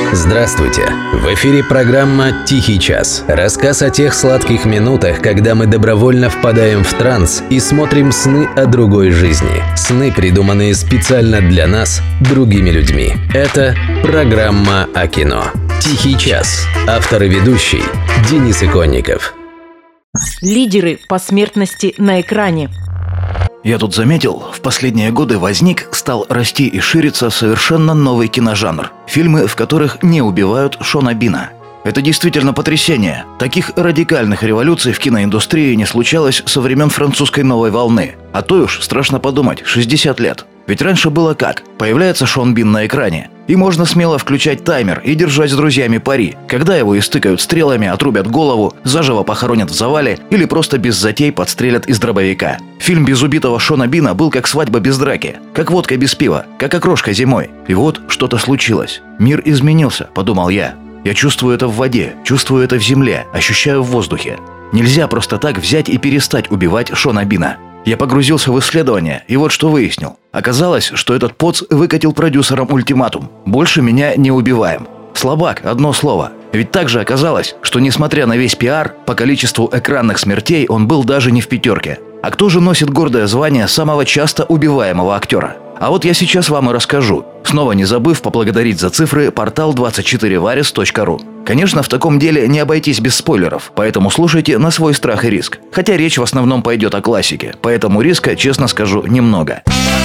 Здравствуйте! В эфире программа «Тихий час». Рассказ о тех сладких минутах, когда мы добровольно впадаем в транс и смотрим сны о другой жизни. Сны, придуманные специально для нас, другими людьми. Это программа о кино. «Тихий час». Автор и ведущий Денис Иконников. Лидеры по смертности на экране. Я тут заметил, в последние годы стал расти и шириться совершенно новый киножанр. Фильмы, в которых не убивают Шона Бина. Это действительно потрясение. Таких радикальных революций в киноиндустрии не случалось со времен французской новой волны. А то уж, страшно подумать, 60 лет. Ведь раньше было как? Появляется Шон Бин на экране, и можно смело включать таймер и держать с друзьями пари, когда его истыкают стрелами, отрубят голову, заживо похоронят в завале или просто без затей подстрелят из дробовика. Фильм без убитого Шона Бина был как свадьба без драки, как водка без пива, как окрошка зимой. И вот что-то случилось. Мир изменился, подумал я. Я чувствую это в воде, чувствую это в земле, ощущаю в воздухе. Нельзя просто так взять и перестать убивать Шона Бина. Я погрузился в исследование, и вот что выяснил. Оказалось, что этот поц выкатил продюсерам ультиматум. Больше меня не убиваем. Слабак, одно слово. Ведь также оказалось, что несмотря на весь пиар, по количеству экранных смертей он был даже не в пятерке. А кто же носит гордое звание самого часто убиваемого актера? А вот я сейчас вам и расскажу, снова не забыв поблагодарить за цифры портал 24vares.ru. Конечно, в таком деле не обойтись без спойлеров, поэтому слушайте на свой страх и риск. Хотя речь в основном пойдет о классике, поэтому риска, честно скажу, немного.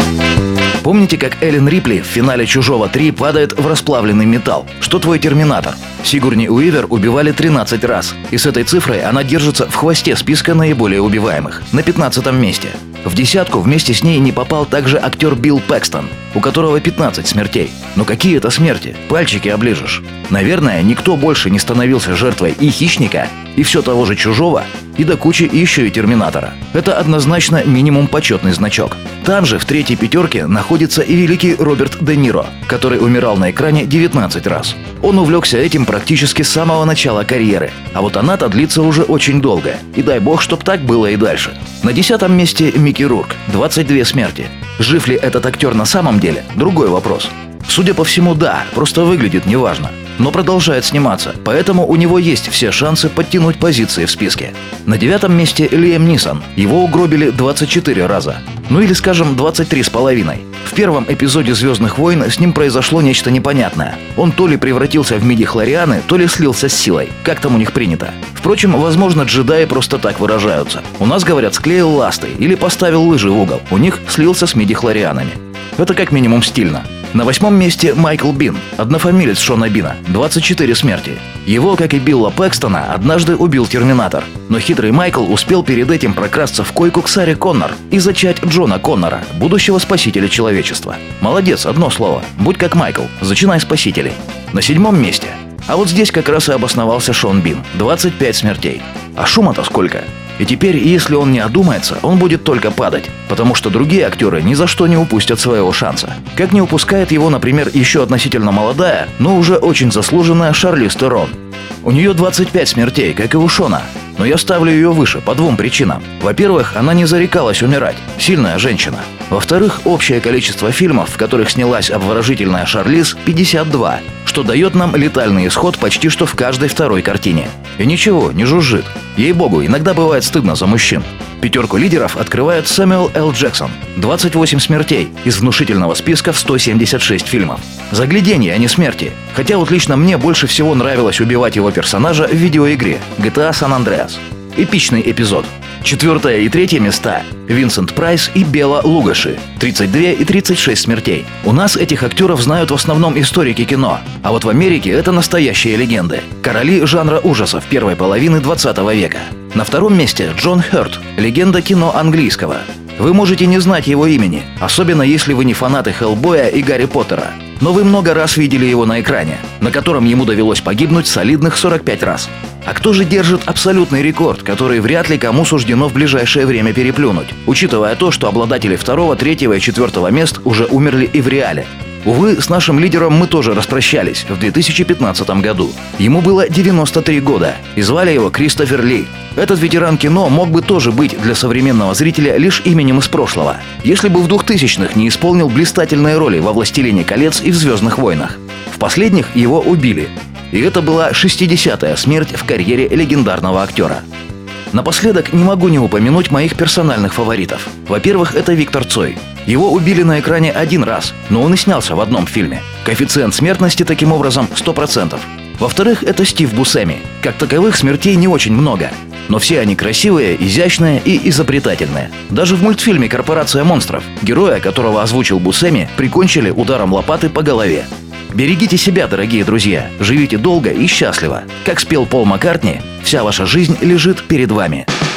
Помните, как Эллен Рипли в финале «Чужого 3» падает в расплавленный металл? Что твой терминатор? Сигурни Уивер убивали 13 раз, и с этой цифрой она держится в хвосте списка наиболее убиваемых, на 15-м месте. В десятку вместе с ней не попал также актер Билл Пэкстон, у которого 15 смертей. Но какие это смерти? Пальчики оближешь. Наверное, никто больше не становился жертвой и хищника, и все того же «Чужого», и до кучи еще и терминатора. Это однозначно минимум почетный значок. Там же в третьей пятерке находится и великий Роберт Де Ниро, который умирал на экране 19 раз. Он увлекся этим практически с самого начала карьеры, а вот она-то длится уже очень долго, и дай бог, чтоб так было и дальше. На 10-м месте Микки Рурк, 22 смерти. Жив ли этот актер на самом деле? Другой вопрос. Судя по всему, да, просто выглядит неважно. Но продолжает сниматься, поэтому у него есть все шансы подтянуть позиции в списке. На 9-м месте Лиам Нисон. Его угробили 24 раза. Ну или, скажем, 23,5. В первом эпизоде «Звездных войн» с ним произошло нечто непонятное. Он то ли превратился в миди-хлорианы, то ли слился с силой. Как там у них принято. Впрочем, возможно, джедаи просто так выражаются. У нас, говорят, склеил ласты или поставил лыжи в угол. У них слился с миди-хлорианами. Это как минимум стильно. На 8-м месте Майкл Бин, однофамилец Шона Бина, 24 смерти. Его, как и Билла Пэкстона, однажды убил терминатор. Но хитрый Майкл успел перед этим прокрасться в койку к Саре Коннор и зачать Джона Коннора, будущего спасителя человечества. Молодец, одно слово. Будь как Майкл, зачинай спасителей. На 7-м месте. А вот здесь как раз и обосновался Шон Бин, 25 смертей. А шума-то сколько? И теперь, если он не одумается, он будет только падать, потому что другие актеры ни за что не упустят своего шанса. Как не упускает его, например, еще относительно молодая, но уже очень заслуженная Шарлиз Терон. У нее 25 смертей, как и у Шона. Но я ставлю ее выше по двум причинам. Во-первых, она не зарекалась умирать. Сильная женщина. Во-вторых, общее количество фильмов, в которых снялась обворожительная Шарлиз, 52, что дает нам летальный исход почти что в каждой второй картине. И ничего, не жужжит. Ей-богу, иногда бывает стыдно за мужчин. Пятерку лидеров открывает Сэмюэл Л. Джексон. 28 смертей из внушительного списка в 176 фильмов. Загляденье, а не смерти. Хотя вот лично мне больше всего нравилось убивать его персонажа в видеоигре GTA San Andreas. Эпичный эпизод. 4 и 3 места – Винсент Прайс и Бела Лугоши, 32 и 36 смертей. У нас этих актеров знают в основном историки кино, а вот в Америке это настоящие легенды. Короли жанра ужасов первой половины 20 века. На 2-м месте Джон Хёрд, легенда кино английского. Вы можете не знать его имени, особенно если вы не фанаты Хеллбоя и Гарри Поттера. Но вы много раз видели его на экране, на котором ему довелось погибнуть солидных 45 раз. А кто же держит абсолютный рекорд, который вряд ли кому суждено в ближайшее время переплюнуть, учитывая то, что обладатели 2, 3 и 4 мест уже умерли и в реале? Увы, с нашим лидером мы тоже распрощались в 2015 году. Ему было 93 года, и звали его Кристофер Ли. Этот ветеран кино мог бы тоже быть для современного зрителя лишь именем из прошлого, если бы в 2000-х не исполнил блистательные роли во «Властелине колец» и в «Звездных войнах». В последних его убили. И это была 60-я смерть в карьере легендарного актера. Напоследок не могу не упомянуть моих персональных фаворитов. Во-первых, это Виктор Цой. Его убили на экране один раз, но он и снялся в одном фильме. Коэффициент смертности таким образом 100%. Во-вторых, это Стив Бусцеми. Как таковых смертей не очень много, но все они красивые, изящные и изобретательные. Даже в мультфильме «Корпорация монстров» героя, которого озвучил Бусцеми, прикончили ударом лопаты по голове. Берегите себя, дорогие друзья, живите долго и счастливо. Как спел Пол Маккартни, вся ваша жизнь лежит перед вами.